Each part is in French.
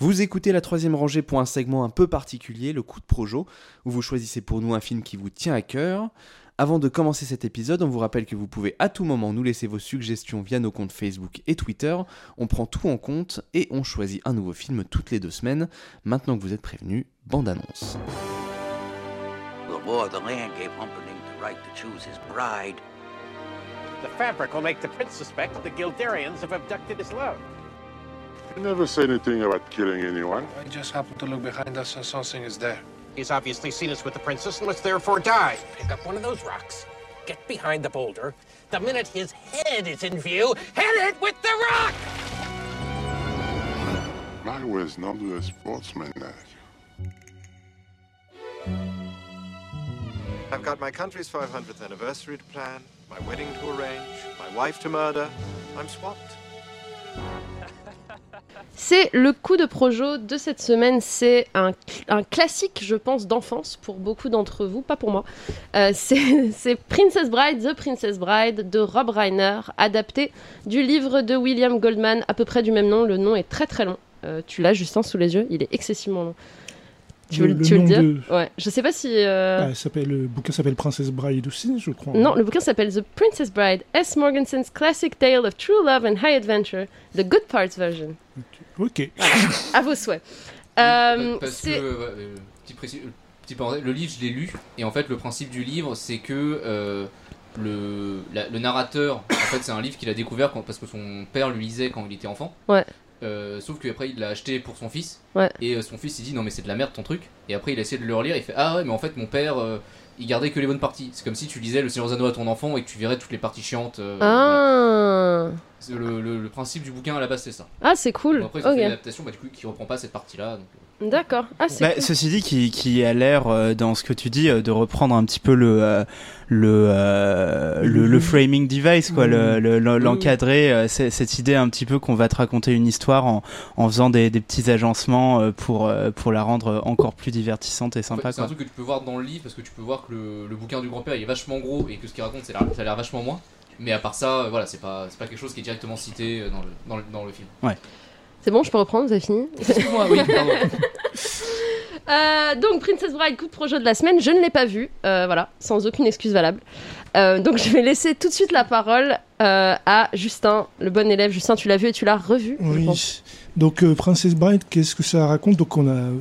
Vous écoutez La Troisième Rangée pour un segment un peu particulier, le coup de projo, où vous choisissez pour nous un film qui vous tient à cœur. Avant de commencer cet épisode, on vous rappelle que vous pouvez à tout moment nous laisser vos suggestions via nos comptes Facebook et Twitter. On prend tout en compte et on choisit un nouveau film toutes les 2 semaines. Maintenant que vous êtes prévenus, bande-annonce. The law of the land gave Humperdinck the right to choose his bride. The fabric will make the prince suspect the Gildarians have abducted his love. You never say anything about killing anyone. I just happened to look behind us and something is there. He's obviously seen us with the princess and must therefore die. Pick up one of those rocks, get behind the boulder. The minute his head is in view, hit it with the rock! I was not a sportsman. I've got my country's 500th anniversary to plan, my wedding to arrange, my wife to murder. I'm swamped. C'est le coup de projo de cette semaine. C'est un classique, je pense, d'enfance pour beaucoup d'entre vous, pas pour moi. C'est Princess Bride, The Princess Bride de Rob Reiner, adapté du livre de William Goldman, à peu près du même nom. Le nom est très très long. Tu l'as, Justin, sous les yeux. Il est excessivement long. Tu veux le dire Ouais. Je sais pas si... Le bouquin s'appelle Princess Bride aussi, je crois. Non, le bouquin s'appelle The Princess Bride, S. Morgenson's Classic Tale of True Love and High Adventure, The Good Parts Version. Ok. À vos souhaits. Parce que, petit parenthèse, le livre, je l'ai lu, et en fait, le principe du livre, c'est que le narrateur, en fait, c'est un livre qu'il a découvert parce que son père lui lisait quand il était enfant. Ouais. Sauf qu'après il l'a acheté pour son fils, ouais. Et son fils il dit non mais c'est de la merde ton truc, et après il a essayé de le relire, il fait ah ouais mais en fait mon père il gardait que les bonnes parties, c'est comme si tu lisais Le Seigneur des Anneaux à ton enfant et que tu verrais toutes les parties chiantes. Voilà. Le principe du bouquin à la base c'est ça. Ah c'est cool. Bon, après ils ont fait une adaptation du coup, qui reprend pas cette partie là donc... D'accord. Ah, c'est cool. Ceci dit, qui a l'air, dans ce que tu dis, de reprendre un petit peu le framing device, quoi, l'encadrer, cette idée un petit peu qu'on va te raconter une histoire en faisant des petits agencements pour la rendre encore plus divertissante et sympa. C'est un truc que tu peux voir dans le livre, parce que tu peux voir que le bouquin du grand-père il est vachement gros et que ce qu'il raconte ça a l'air vachement moins. Mais à part ça, voilà, c'est pas quelque chose qui est directement cité dans le film. Ouais. C'est bon, je peux reprendre, vous avez fini ? Excuse-moi, oui, pardon. Donc, Princess Bride, coup de projet de la semaine, je ne l'ai pas vu, voilà, sans aucune excuse valable. Donc, je vais laisser tout de suite la parole à Justin, le bon élève. Justin, tu l'as vu et tu l'as revu, oui. Je pense. Donc, Princess Bride, qu'est-ce que ça raconte ? Donc,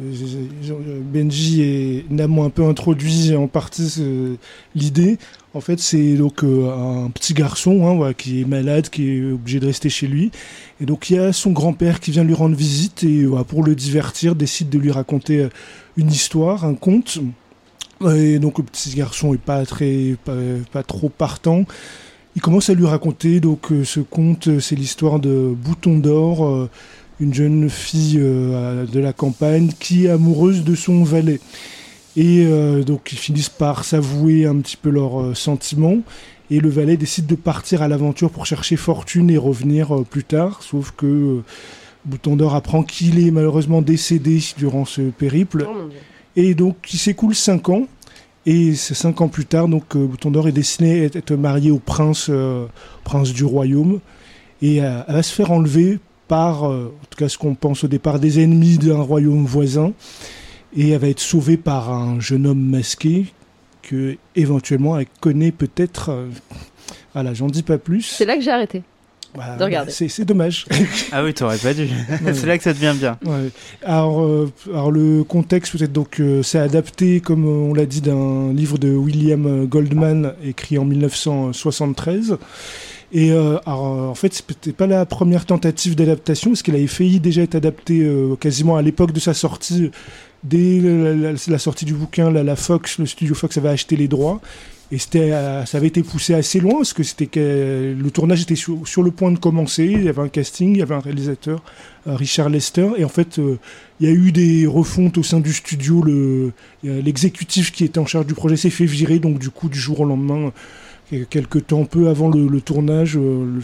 Benji et Nam ont un peu introduit en partie l'idée. En fait, c'est donc un petit garçon qui est malade, qui est obligé de rester chez lui. Et donc, il y a son grand-père qui vient lui rendre visite et pour le divertir, décide de lui raconter une histoire, un conte. Et donc, le petit garçon est pas trop partant. Il commence à lui raconter donc ce conte, c'est l'histoire de Bouton d'Or, une jeune fille de la campagne qui est amoureuse de son valet. Et donc ils finissent par s'avouer un petit peu leurs sentiments, et le valet décide de partir à l'aventure pour chercher fortune et revenir plus tard, sauf que Bouton d'Or apprend qu'il est malheureusement décédé durant ce périple. Oh mon Dieu. Et donc il s'écoule 5 ans, et ces 5 ans plus tard, donc Bouton d'Or est destiné à être marié au prince du royaume, et elle va se faire enlever par, en tout cas ce qu'on pense au départ, des ennemis d'un royaume voisin. Et elle va être sauvée par un jeune homme masqué que, éventuellement, elle connaît peut-être... Voilà, j'en dis pas plus. C'est là que j'ai arrêté de regarder. C'est dommage. Ah oui, t'aurais pas dû. Ouais. C'est là que ça devient bien. Ouais. Alors, le contexte, peut-être, donc, c'est adapté, comme on l'a dit, d'un livre de William Goldman, écrit en 1973. Et en fait, c'était pas la première tentative d'adaptation, parce qu'elle avait failli déjà être adaptée quasiment à l'époque de sa sortie. Dès la sortie du bouquin, la Fox, le studio Fox avait acheté les droits, et ça avait été poussé assez loin, parce que le tournage était sur le point de commencer. Il y avait un casting, il y avait un réalisateur, Richard Lester, et en fait, il y a eu des refontes au sein du studio. L'exécutif qui était en charge du projet s'est fait virer, donc du coup, du jour au lendemain, quelques temps, peu avant le tournage,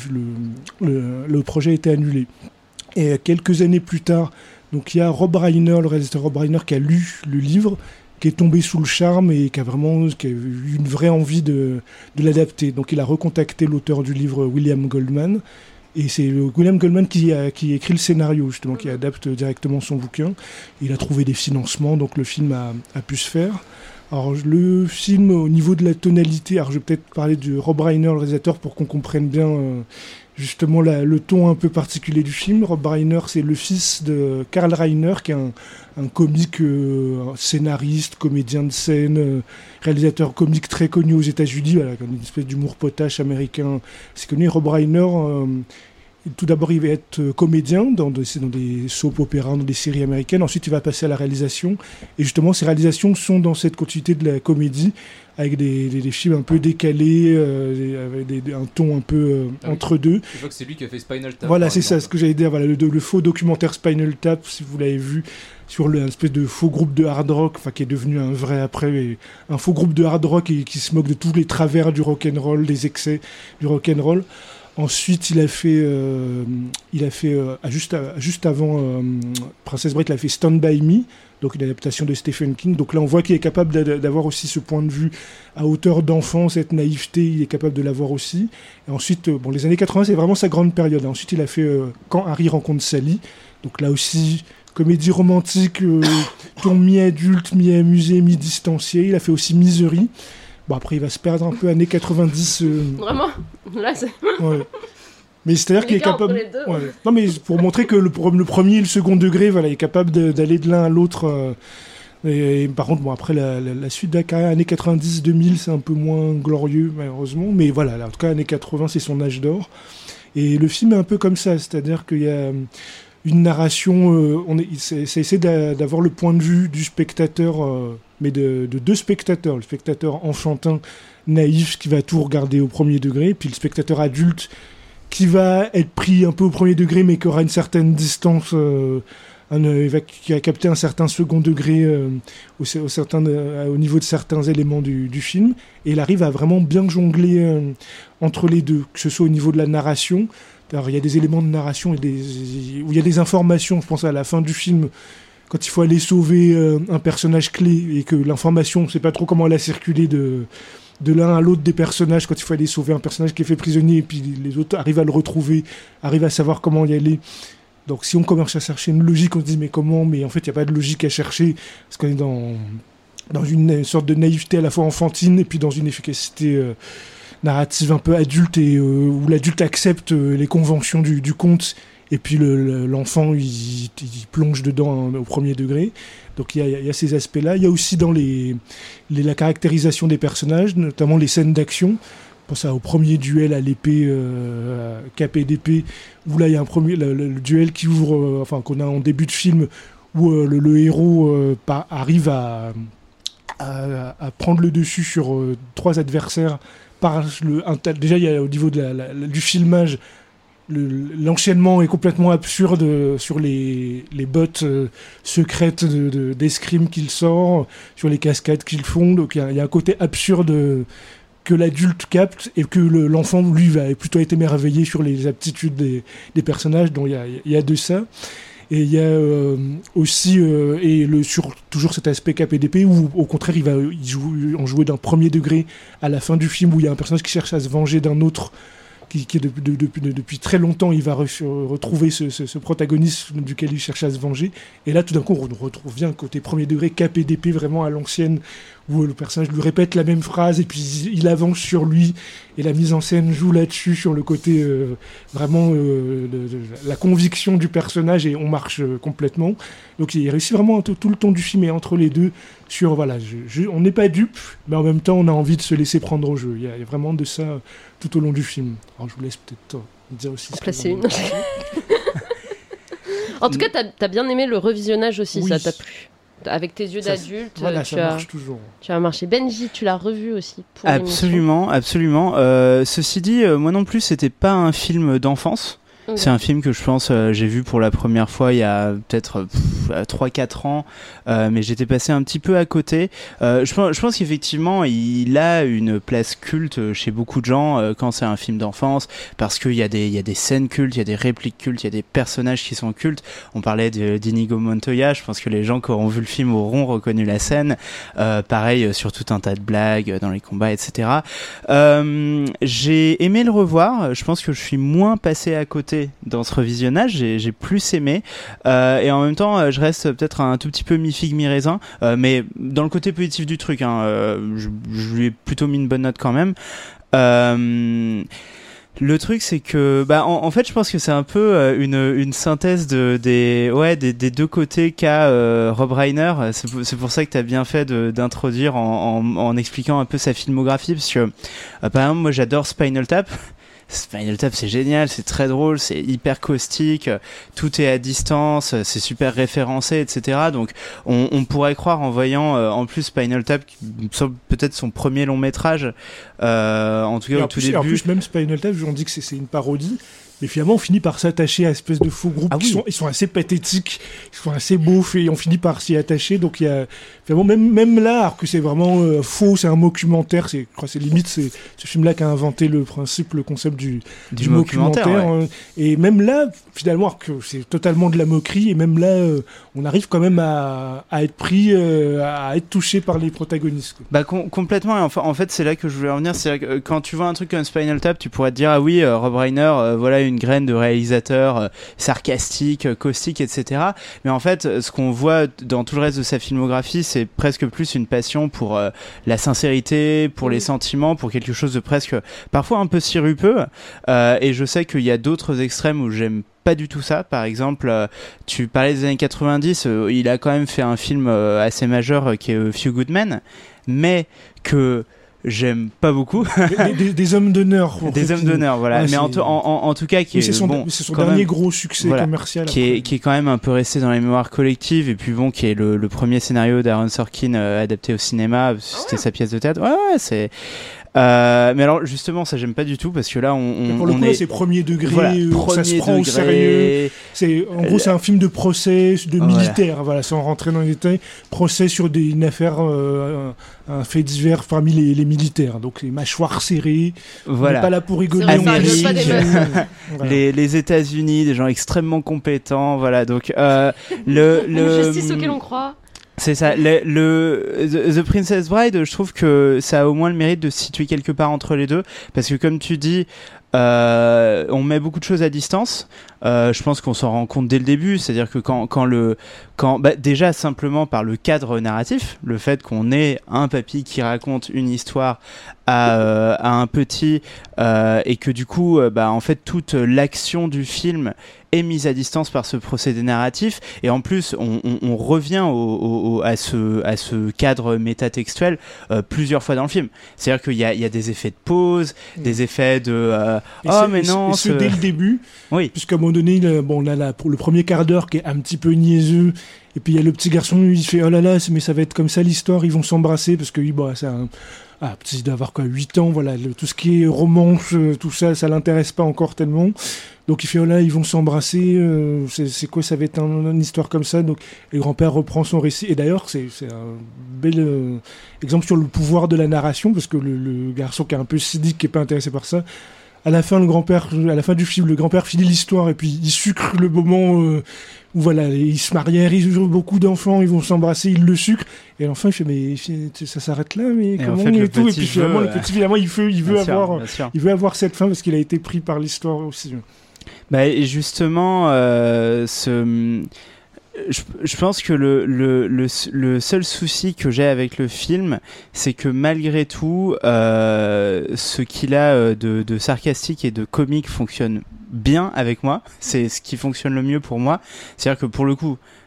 le projet a été annulé. Et quelques années plus tard, donc il y a Rob Reiner, le réalisateur Rob Reiner, qui a lu le livre, qui est tombé sous le charme et qui a eu une vraie envie de l'adapter. Donc il a recontacté l'auteur du livre, William Goldman, Et c'est William Goldman qui écrit le scénario, justement, qui adapte directement son bouquin. Il a trouvé des financements, donc le film a pu se faire. Alors, le film, au niveau de la tonalité, alors je vais peut-être parler de Rob Reiner, le réalisateur, pour qu'on comprenne bien justement le ton un peu particulier du film. Rob Reiner, c'est le fils de Carl Reiner, qui est un comique, scénariste, comédien de scène, réalisateur comique très connu aux États-Unis, voilà, une espèce d'humour potache américain. C'est connu. Rob Reiner, tout d'abord, il va être comédien dans des soap-opéras, dans des séries américaines. Ensuite, il va passer à la réalisation. Et justement, ces réalisations sont dans cette continuité de la comédie, avec des films un peu décalés, avec un ton un peu entre deux. Je vois que c'est lui qui a fait Spinal Tap. Voilà, c'est ça, ce que j'allais dire. Voilà, le faux documentaire Spinal Tap, si vous l'avez vu, sur l'espèce de faux groupe de hard rock, enfin qui est devenu un vrai après, un faux groupe de hard rock et qui se moque de tous les travers du rock'n'roll, des excès du rock'n'roll. Ensuite, il a fait juste avant Princess Bride, il a fait Stand By Me, donc une adaptation de Stephen King. Donc là, on voit qu'il est capable d'avoir aussi ce point de vue à hauteur d'enfant, cette naïveté, il est capable de l'avoir aussi. Et ensuite, les années 80, c'est vraiment sa grande période. Ensuite, il a fait Quand Harry rencontre Sally. Donc là aussi, comédie romantique, ton mi-adulte, mi-amusé, mi-distancié. Il a fait aussi Misery. Bon, après, il va se perdre un peu années 90. Vraiment là, c'est... Ouais. Mais c'est-à-dire qu'il est capable. Les deux. Ouais. Non, mais pour montrer que le premier et le second degré, voilà, il est capable d'aller de l'un à l'autre. Et par contre, après, la suite de la carrière, années 90-2000, c'est un peu moins glorieux, malheureusement. Mais voilà, en tout cas, années 80, c'est son âge d'or. Et le film est un peu comme ça, c'est-à-dire qu'il y a une narration, ça essaie d'avoir le point de vue du spectateur, mais de deux spectateurs. Le spectateur enfantin, naïf, qui va tout regarder au premier degré, puis le spectateur adulte, qui va être pris un peu au premier degré, mais qui aura une certaine distance, qui a capté un certain second degré au niveau de certains éléments du film. Et il arrive à vraiment bien jongler entre les deux, que ce soit au niveau de la narration. Alors, il y a des éléments de narration où il y a des informations, je pense à la fin du film, quand il faut aller sauver un personnage clé et que l'information, on ne sait pas trop comment elle a circulé de l'un à l'autre des personnages, quand il faut aller sauver un personnage qui est fait prisonnier et puis les autres arrivent à le retrouver, arrivent à savoir comment y aller. Donc si on commence à chercher une logique, on se dit mais comment ? Mais en fait, il n'y a pas de logique à chercher, parce qu'on est dans une sorte de naïveté à la fois enfantine et puis dans une efficacité narrative un peu adulte, et où l'adulte accepte les conventions du conte, et puis l'enfant il plonge dedans au premier degré. Donc il y a ces aspects-là. Il y a aussi dans la caractérisation des personnages, notamment les scènes d'action. Je pense au premier duel à l'épée, cap et d'épée, où là il y a le duel qui ouvre, qu'on a en début de film, où le héros arrive à prendre le dessus sur 3 adversaires. Déjà, il y a au niveau du filmage, l'enchaînement est complètement absurde sur les bottes secrètes d'escrime qu'il sort, sur les cascades qu'ils font. Donc il y a un côté absurde que l'adulte capte, et que l'enfant, lui, va plutôt être émerveillé sur les aptitudes des personnages. Donc il y a de ça. Et il y a aussi toujours cet aspect KPDP, où au contraire il va en jouer d'un premier degré à la fin du film, où il y a un personnage qui cherche à se venger d'un autre qui est depuis très longtemps. Il va retrouver ce protagoniste duquel il cherche à se venger, et là tout d'un coup on revient un côté premier degré KPDP vraiment à l'ancienne, où le personnage lui répète la même phrase et puis il avance sur lui, et la mise en scène joue là-dessus, sur le côté vraiment la conviction du personnage, et on marche complètement. Donc il réussit vraiment tout le ton du film est entre les deux, sur voilà, on n'est pas dupe, mais en même temps on a envie de se laisser prendre au jeu. Il y a vraiment de ça tout au long du film. Alors je vous laisse peut-être dire aussi placer une. En tout cas, t'as bien aimé le revisionnage aussi, oui. Ça t'a plu. Avec tes yeux d'adulte, voilà, ça marche toujours. Tu as marché. Benji, tu l'as revu aussi pour Absolument. Ceci dit, moi non plus, c'était pas un film d'enfance. Okay. C'est un film que je pense j'ai vu pour la première fois il y a peut-être 3-4 ans, mais j'étais passé un petit peu à côté. Je pense qu'effectivement il a une place culte chez beaucoup de gens quand c'est un film d'enfance, parce qu'il y a des scènes cultes, il y a des répliques cultes, il y a des personnages qui sont cultes. On parlait d'Inigo Montoya, je pense que les gens qui auront vu le film auront reconnu la scène. Pareil sur tout un tas de blagues dans les combats, etc. J'ai aimé le revoir, je pense que je suis moins passé à côté dans ce revisionnage, j'ai plus aimé, et en même temps je reste peut-être un tout petit peu mi-figue mi-raisin, mais dans le côté positif du truc, je lui ai plutôt mis une bonne note quand même. Le truc, c'est que, en fait, je pense que c'est un peu une synthèse des deux côtés qu'a Rob Reiner. C'est pour ça que t'as bien fait d'introduire en expliquant un peu sa filmographie, parce que, par exemple, moi, j'adore Spinal Tap. Spinal Tap, c'est génial, c'est très drôle, c'est hyper caustique, tout est à distance, c'est super référencé, etc. Donc, on pourrait croire en voyant en plus Spinal Tap, qui me semble peut-être son premier long métrage, en tout cas au tout début. En plus, même Spinal Tap, on dit que c'est une parodie. Mais finalement, on finit par s'attacher à une espèce de faux groupe ils sont assez pathétiques, ils sont assez beaufs et on finit par s'y attacher. Donc il y a vraiment même là, alors que c'est vraiment faux, c'est un documentaire. Je crois que c'est limite ce film-là qui a inventé le concept du documentaire. Ouais. Et même là, finalement, alors que c'est totalement de la moquerie, et même là, on arrive quand même à être pris, à être touché par les protagonistes. Complètement. Et en fait, c'est là que je voulais revenir. C'est que quand tu vois un truc comme Spinal Tap, tu pourrais te dire Rob Reiner, voilà une graine de réalisateur sarcastique, caustique, etc. Mais en fait, ce qu'on voit dans tout le reste de sa filmographie, c'est presque plus une passion pour la sincérité, pour les sentiments, pour quelque chose de presque parfois un peu sirupeux. Et je sais qu'il y a d'autres extrêmes où j'aime pas du tout ça. Par exemple, tu parlais des années 90, il a quand même fait un film assez majeur qui est Few Good Men, mais que j'aime pas beaucoup. des hommes d'honneur. Des hommes d'honneur, voilà. Mais en tout cas, c'est son dernier gros succès commercial. Qui est quand même un peu resté dans les mémoires collectives, et puis qui est le premier scénario d'Aaron Sorkin adapté au cinéma. C'était sa pièce de théâtre. Ouais, c'est. Mais alors justement ça j'aime pas du tout, parce que là on est c'est premier degré, ça se prend au sérieux. En gros c'est un film de procès de militaires, voilà, sans rentrer dans les détails, procès sur une affaire, un fait divers parmi les militaires, donc les mâchoires serrées, on n'est pas là pour rigoler, les États-Unis, des gens extrêmement compétents, voilà, donc le justice auquel on croit. C'est ça. The Princess Bride, je trouve que ça a au moins le mérite de se situer quelque part entre les deux, parce que comme tu dis, on met beaucoup de choses à distance. Je pense qu'on s'en rend compte dès le début, c'est-à-dire que déjà simplement par le cadre narratif, le fait qu'on ait un papy qui raconte une histoire à un petit, et que du coup en fait toute l'action du film est mise à distance par ce procédé narratif, et en plus on revient à ce cadre métatextuel plusieurs fois dans le film. C'est-à-dire qu'il y a des effets de pause, des effets de dès le début, oui, puisqu'à un moment donné on a pour le premier quart d'heure qui est un petit peu niaiseux, et puis il y a le petit garçon, il fait oh là là, mais ça va être comme ça l'histoire, ils vont s'embrasser, parce que c'est il doit avoir 8 ans, voilà, tout ce qui est romance, tout ça l'intéresse pas encore tellement. Donc il fait oh là, ils vont s'embrasser, c'est quoi, ça va être une histoire comme ça. Donc le grand-père reprend son récit, et d'ailleurs c'est un bel exemple sur le pouvoir de la narration, parce que le garçon qui est un peu cynique, qui est pas intéressé par ça, à la fin du film, le grand-père finit l'histoire, et puis il sucre le moment où voilà, ils se marièrent, ils ont beaucoup d'enfants, ils vont s'embrasser, il le sucre, et enfin il fait mais ça s'arrête là, mais comment en fait, et tout, et puis finalement le petit il veut avoir cette fin, parce qu'il a été pris par l'histoire aussi. Et justement, je pense que le seul souci que j'ai avec le film, c'est que malgré tout, ce qu'il a de sarcastique et de comique fonctionne bien avec moi. C'est ce qui fonctionne le mieux pour moi. C'est-à-dire que pour le coup,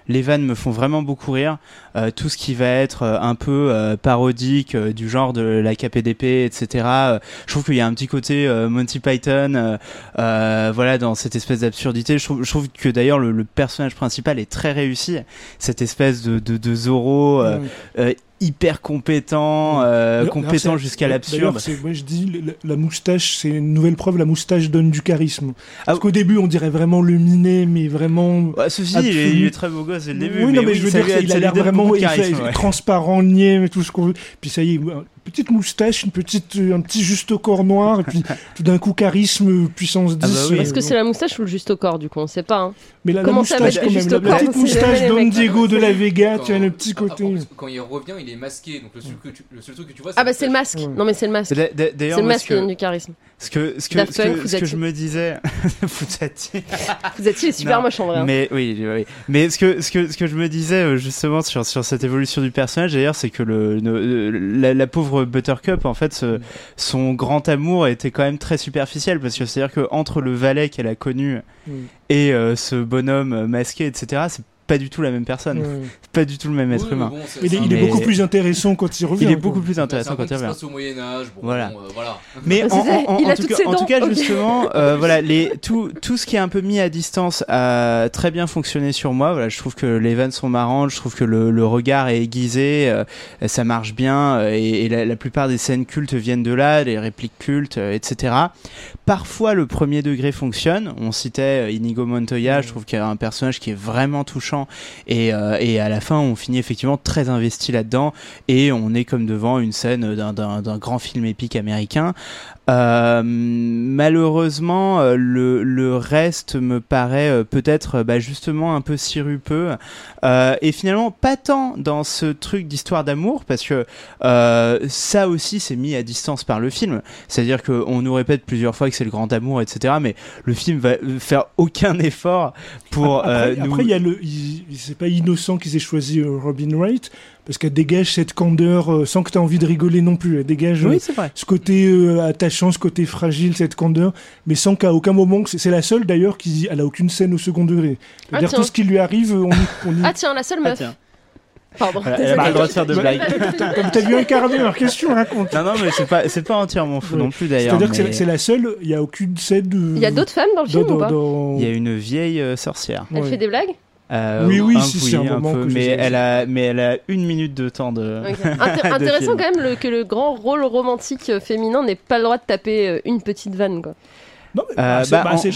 les vannes me font vraiment beaucoup rire. Tout ce qui va être un peu parodique, du genre de la KPDP, etc. Je trouve qu'il y a un petit côté Monty Python, voilà, dans cette espèce d'absurdité. Je trouve que d'ailleurs le personnage principal est très réussi. Cette espèce de Zorro hyper compétent, compétent jusqu'à l'absurde. Moi je dis, la moustache, c'est une nouvelle preuve, la moustache donne du charisme. Parce qu'au début, on dirait vraiment le minet, mais vraiment... Ceci, il est très beau gosse dès le début. Oui, mais je veux dire, il a l'air vraiment transparent, niais, mais tout ce qu'on veut. Puis ça y est, petite moustache, un petit juste au corps noir, et puis tout d'un coup, charisme, puissance 10. Est-ce que c'est la moustache ou le juste au corps, du coup? On sait pas. Hein. Mais la moustache, quand même, la petite moustache Don Diego de la Vega, tu as le petit côté... Quand il revient, il est masqué, donc le seul truc que tu vois, c'est c'est le masque. Non, mais c'est le masque. D'ailleurs, c'est le masque qui donne du charisme. Ce que je me disais... Fuzati est super moche en vrai. Mais oui. Mais ce que je me disais justement sur cette évolution du personnage, d'ailleurs, c'est que la pauvre Buttercup, en fait, son grand amour était quand même très superficiel, parce que c'est-à-dire que entre le valet qu'elle a connu et ce bonhomme masqué, etc., c'est pas du tout la même personne. C'est pas du tout le même être humain. Bon, il est beaucoup plus intéressant quand il revient. Il est beaucoup plus intéressant quand il revient. C'est au Moyen-Âge. Bon, voilà. Voilà. Mais en tout cas, justement, voilà, tout ce qui est un peu mis à distance a très bien fonctionné sur moi. Voilà, je trouve que les vannes sont marrantes, je trouve que le regard est aiguisé, ça marche bien, et la plupart des scènes cultes viennent de là, des répliques cultes, etc. Parfois, le premier degré fonctionne. On citait Inigo Montoya, je trouve qu'il y a un personnage qui est vraiment touchant, et à la fin, on finit effectivement très investi là-dedans, et on est comme devant une scène d'un grand film épique américain. Malheureusement, le reste me paraît peut-être justement un peu sirupeux, et finalement pas tant dans ce truc d'histoire d'amour, parce que ça aussi c'est mis à distance par le film. C'est-à-dire qu'on nous répète plusieurs fois que c'est le grand amour, etc. Mais le film va faire aucun effort pour après il y a c'est pas innocent qu'ils aient choisi Robin Wright, parce qu'elle dégage cette candeur sans que tu aies envie de rigoler non plus. Elle dégage ce côté attachant, ce côté fragile, cette candeur, mais sans qu'à aucun moment... C'est la seule d'ailleurs elle a aucune scène au second degré. C'est-à-dire tout ce qui lui arrive, on y... Ah tiens, la seule meuf. Pardon. Voilà, elle a pas le droit de faire de blagues. T'as vu un quart d'heure, qu'est-ce que tu racontes? Non, mais c'est pas entièrement fou non plus d'ailleurs. C'est-à-dire que c'est la seule, il n'y a aucune scène de... Il y a d'autres femmes dans le film ou pas? Il y a une vieille sorcière. Elle fait des blagues? Oui, c'est un moment peu, mais elle a 1 minute de temps de. Okay. Intéressant quand même que le grand rôle romantique féminin n'ait pas le droit de taper une petite vanne, quoi. Non, mais c'est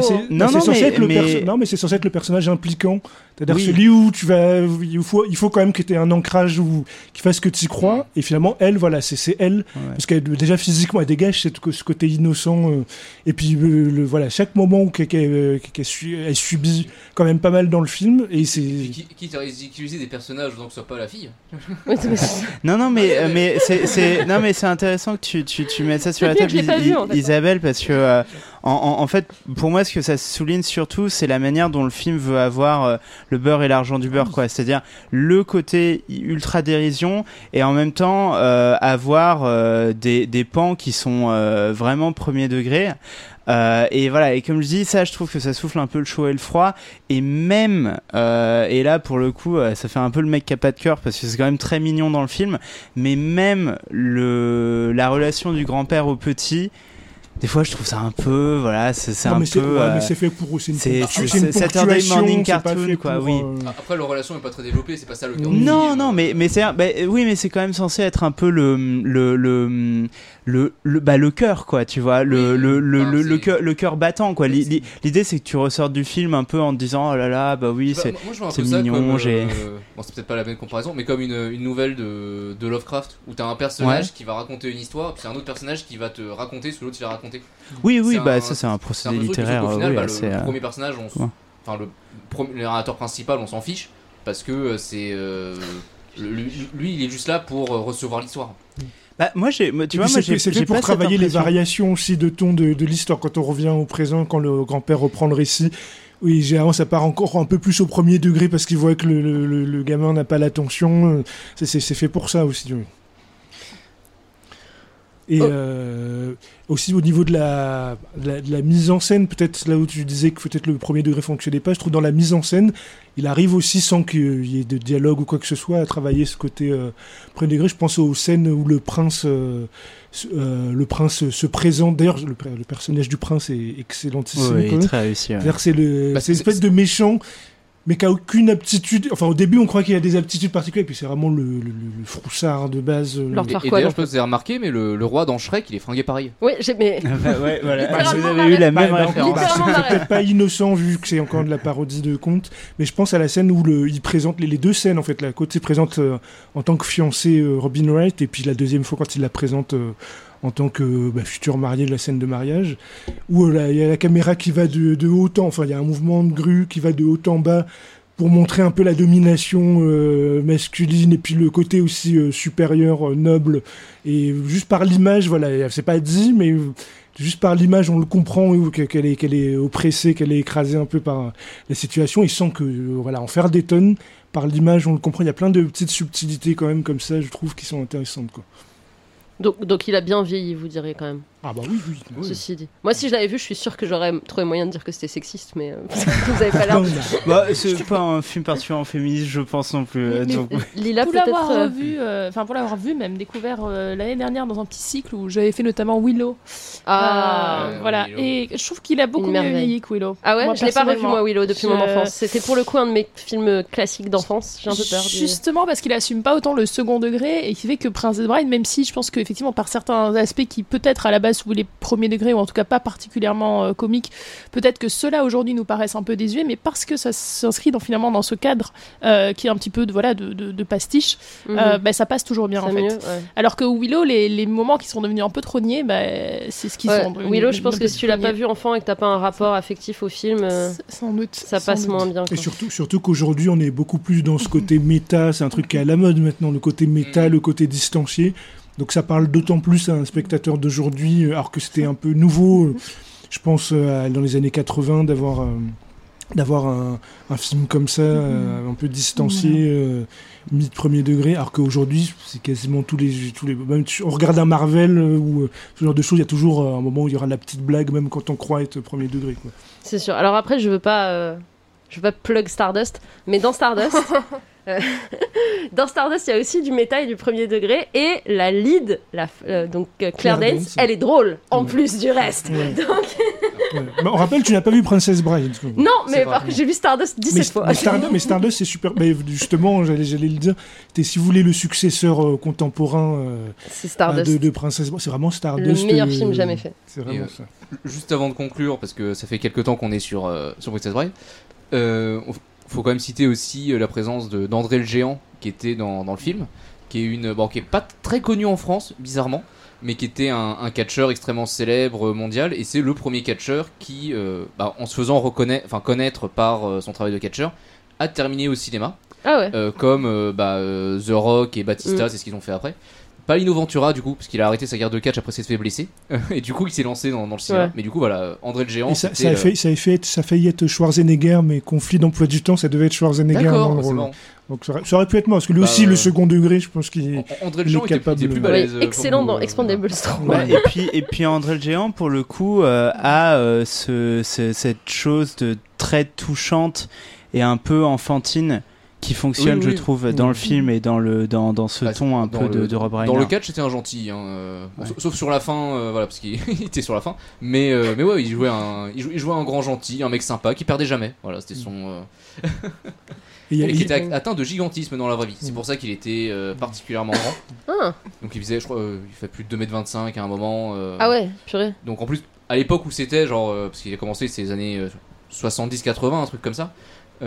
censé être le personnage impliquant. C'est-à-dire celui où il faut quand même que tu aies un ancrage qui fasse que tu y crois. Et finalement, elle, voilà, c'est elle. Ouais. Parce qu'elle, déjà physiquement, elle dégage ce côté innocent. Et puis, voilà, chaque moment où elle subit quand même pas mal dans le film. Et c'est... Quitte à ridiculiser des personnages donc que ce soit pas la fille. non, mais c'est intéressant que tu mettes ça sur la table, Isabelle, parce que en fait, pour moi, ce que ça souligne surtout, c'est la manière dont le film veut avoir le beurre et l'argent du beurre, quoi. C'est-à-dire le côté ultra dérision et en même temps avoir des pans qui sont vraiment premier degré. Et voilà, et comme je dis, ça je trouve que ça souffle un peu le chaud et le froid, et même et là pour le coup ça fait un peu le mec qui a pas de cœur, parce que c'est quand même très mignon dans le film, mais même la relation du grand-père au petit, des fois je trouve ça un peu, voilà, c'est un peu mais c'est fait pour aussi, c'est Saturday Morning Cartoon, quoi. Oui, après leur relation est pas très développée, c'est pas ça le cœur. Non, mais c'est oui, mais c'est quand même censé être un peu le cœur, quoi, tu vois, le cœur battant, quoi. L'idée c'est que tu ressortes du film un peu en te disant oh là là, bah oui, c'est mignon, bon, c'est peut-être pas la même comparaison, mais comme une nouvelle de Lovecraft où t'as un personnage qui va raconter une histoire, puis c'est un autre personnage qui va te raconter ce que l'autre il va raconter. Oui, ça c'est un procédé littéraire. Au final, le premier personnage, le narrateur principal, on s'en fiche parce que c'est lui, il est juste là pour recevoir l'histoire. C'est fait pour travailler les variations aussi de ton de l'histoire quand on revient au présent, quand le grand-père reprend le récit. Oui, généralement ça part encore un peu plus au premier degré parce qu'il voit que le gamin n'a pas l'attention. C'est fait pour ça aussi. Oui. Et aussi au niveau de la mise en scène, peut-être là où tu disais que peut-être le premier degré fonctionnait pas, je trouve dans la mise en scène, il arrive aussi sans qu'il y ait de dialogue ou quoi que ce soit à travailler ce côté premier degré. Je pense aux scènes où le prince se présente. D'ailleurs, le personnage du prince est excellentissime. Oui, très réussi. Ouais. C'est une espèce de méchant, mais qui a aucune aptitude. Enfin, au début, on croit qu'il a des aptitudes particulières, puis c'est vraiment le froussard de base. Et d'ailleurs, je sais pas si vous avez remarqué, mais le roi dans Shrek, il est fringué pareil. Oui, mais. Ouais, voilà. Vous avez eu la même référence. C'est peut-être pas innocent vu que c'est encore de la parodie de conte, mais je pense à la scène où il présente les deux scènes en fait. La côté présente en tant que fiancé Robin Wright, et puis la deuxième fois quand il la présente en tant que futur marié de la scène de mariage, où il y a la caméra qui va de haut en... Enfin, il y a un mouvement de grue qui va de haut en bas pour montrer un peu la domination masculine, et puis le côté aussi supérieur, noble. Et juste par l'image, voilà, c'est pas dit, mais juste par l'image, on le comprend qu'elle est oppressée, qu'elle est écrasée un peu par la situation. Il sent que, voilà, en faire des tonnes, par l'image, on le comprend. Il y a plein de petites subtilités quand même comme ça, je trouve, qui sont intéressantes, quoi. Donc il a bien vieilli, vous direz quand même. Ah bah oui. Ceci dit. Moi, si je l'avais vu, je suis sûr que j'aurais trouvé moyen de dire que c'était sexiste, mais vous avez pas l'air. C'est pas un film particulièrement féministe, je pense non plus. Lila, pour peut-être. l'avoir vu, même découvert l'année dernière dans un petit cycle où j'avais fait notamment Willow. Voilà. Willow. Et je trouve qu'il a beaucoup mieux vieilli que Willow. Ah ouais, moi, je l'ai pas revu moi Willow depuis mon enfance. C'était pour le coup un de mes films classiques d'enfance. J'ai un peu peur. Justement parce qu'il assume pas autant le second degré et qui fait que Princess Bride, même si je pense que effectivement par certains aspects qui peut-être à la base les premiers degrés ou en tout cas pas particulièrement comiques, peut-être que ceux-là aujourd'hui nous paraissent un peu désuets, mais parce que ça s'inscrit finalement dans ce cadre qui est un petit peu de pastiche, ça passe toujours bien en fait. Ouais. Alors que Willow, les moments qui sont devenus un peu trogniers, c'est ce qu'ils sont devenus. Willow, je pense que si tu l'as pas vu enfant et que t'as pas un rapport affectif au film, sans doute, ça passe moins bien. Et surtout qu'aujourd'hui on est beaucoup plus dans ce côté méta, c'est un truc qui est à la mode maintenant, le côté méta, le côté distancié. Donc ça parle d'autant plus à un spectateur d'aujourd'hui, alors que c'était un peu nouveau, je pense, dans les années 80, d'avoir un film comme ça, un peu distancié, mis de premier degré, alors qu'aujourd'hui, c'est quasiment tous les même on regarde un Marvel ou ce genre de choses, il y a toujours un moment où il y aura la petite blague, même quand on croit être premier degré, quoi. C'est sûr. Alors après, je veux pas plug Stardust, mais dans Stardust... dans Stardust, il y a aussi du méta et du premier degré, et la lead, donc Claire Danes, elle est drôle en plus du reste. Ouais. Donc... on rappelle, tu n'as pas vu Princess Bride. Non, mais par contre, j'ai vu Stardust 17 fois. Mais Stardust, c'est super. Mais justement, j'allais le dire. Si vous voulez le successeur contemporain de Princess Bride, c'est vraiment Stardust. Le meilleur film jamais fait. C'est vraiment ça. Juste avant de conclure, parce que ça fait quelques temps qu'on est sur Princess Bride, faut quand même citer aussi la présence d'André le Géant qui était dans le film, qui est pas très connu en France bizarrement, mais qui était un catcheur extrêmement célèbre mondial, et c'est le premier catcheur qui en se faisant connaître par son travail de catcheur a terminé au cinéma. Comme The Rock et Batista, c'est ce qu'ils ont fait après. Pas Lino Ventura du coup, parce qu'il a arrêté sa carrière de catch après s'être fait blesser, et du coup il s'est lancé dans le cinéma. Mais du coup voilà, André le Géant. Ça a failli être Schwarzenegger, mais conflit d'emploi du temps, ça devait être Schwarzenegger dans le rôle. Donc ça aurait pu être moi, parce que lui aussi le second degré, je pense qu'il André le Géant était plus balèze. Excellent dans Expendables 3. Ouais, et puis André le Géant pour le coup a cette chose de très touchante et un peu enfantine qui fonctionne, je trouve, dans le film et dans ce ton un peu de Rob Reiner. Dans le catch, c'était un gentil, sauf sur la fin, parce qu'il était sur la fin. Mais ouais, il jouait un grand gentil, un mec sympa qui perdait jamais. Voilà, c'était son. Et qui était atteint de gigantisme dans la vraie vie. C'est pour ça qu'il était particulièrement grand. Donc il faisait, je crois, il fait plus de 2m25 à un moment. Ah ouais, purée. Donc en plus, à l'époque où c'était, parce qu'il a commencé, c'est les années 70-80, un truc comme ça.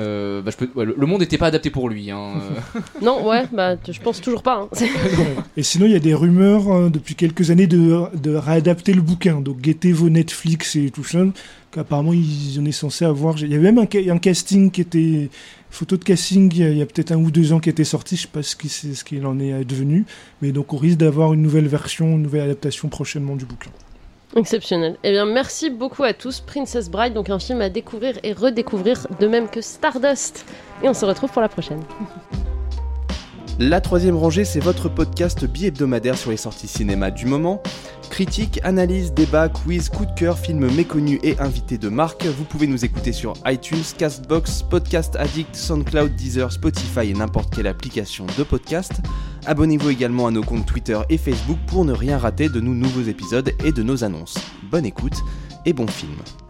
Le monde n'était pas adapté pour lui. Non, je pense toujours pas. Et sinon, il y a des rumeurs depuis quelques années de réadapter le bouquin. Donc, guettez vos Netflix et tout ça. Qu'apparemment, ils en est censé avoir. Il y avait même un casting qui était. Photo de casting, il y a peut-être 1 ou 2 ans qui était sorti. Je sais pas ce qu'il en est devenu. Mais donc, on risque d'avoir une nouvelle version, une nouvelle adaptation prochainement du bouquin. Exceptionnel. Eh bien, merci beaucoup à tous. Princess Bride, donc un film à découvrir et redécouvrir, de même que Stardust. Et on se retrouve pour la prochaine. La troisième rangée, c'est votre podcast bi-hebdomadaire sur les sorties cinéma du moment. Critiques, analyses, débats, quiz, coup de cœur, films méconnus et invités de marque. Vous pouvez nous écouter sur iTunes, Castbox, Podcast Addict, SoundCloud, Deezer, Spotify et n'importe quelle application de podcast. Abonnez-vous également à nos comptes Twitter et Facebook pour ne rien rater de nos nouveaux épisodes et de nos annonces. Bonne écoute et bon film.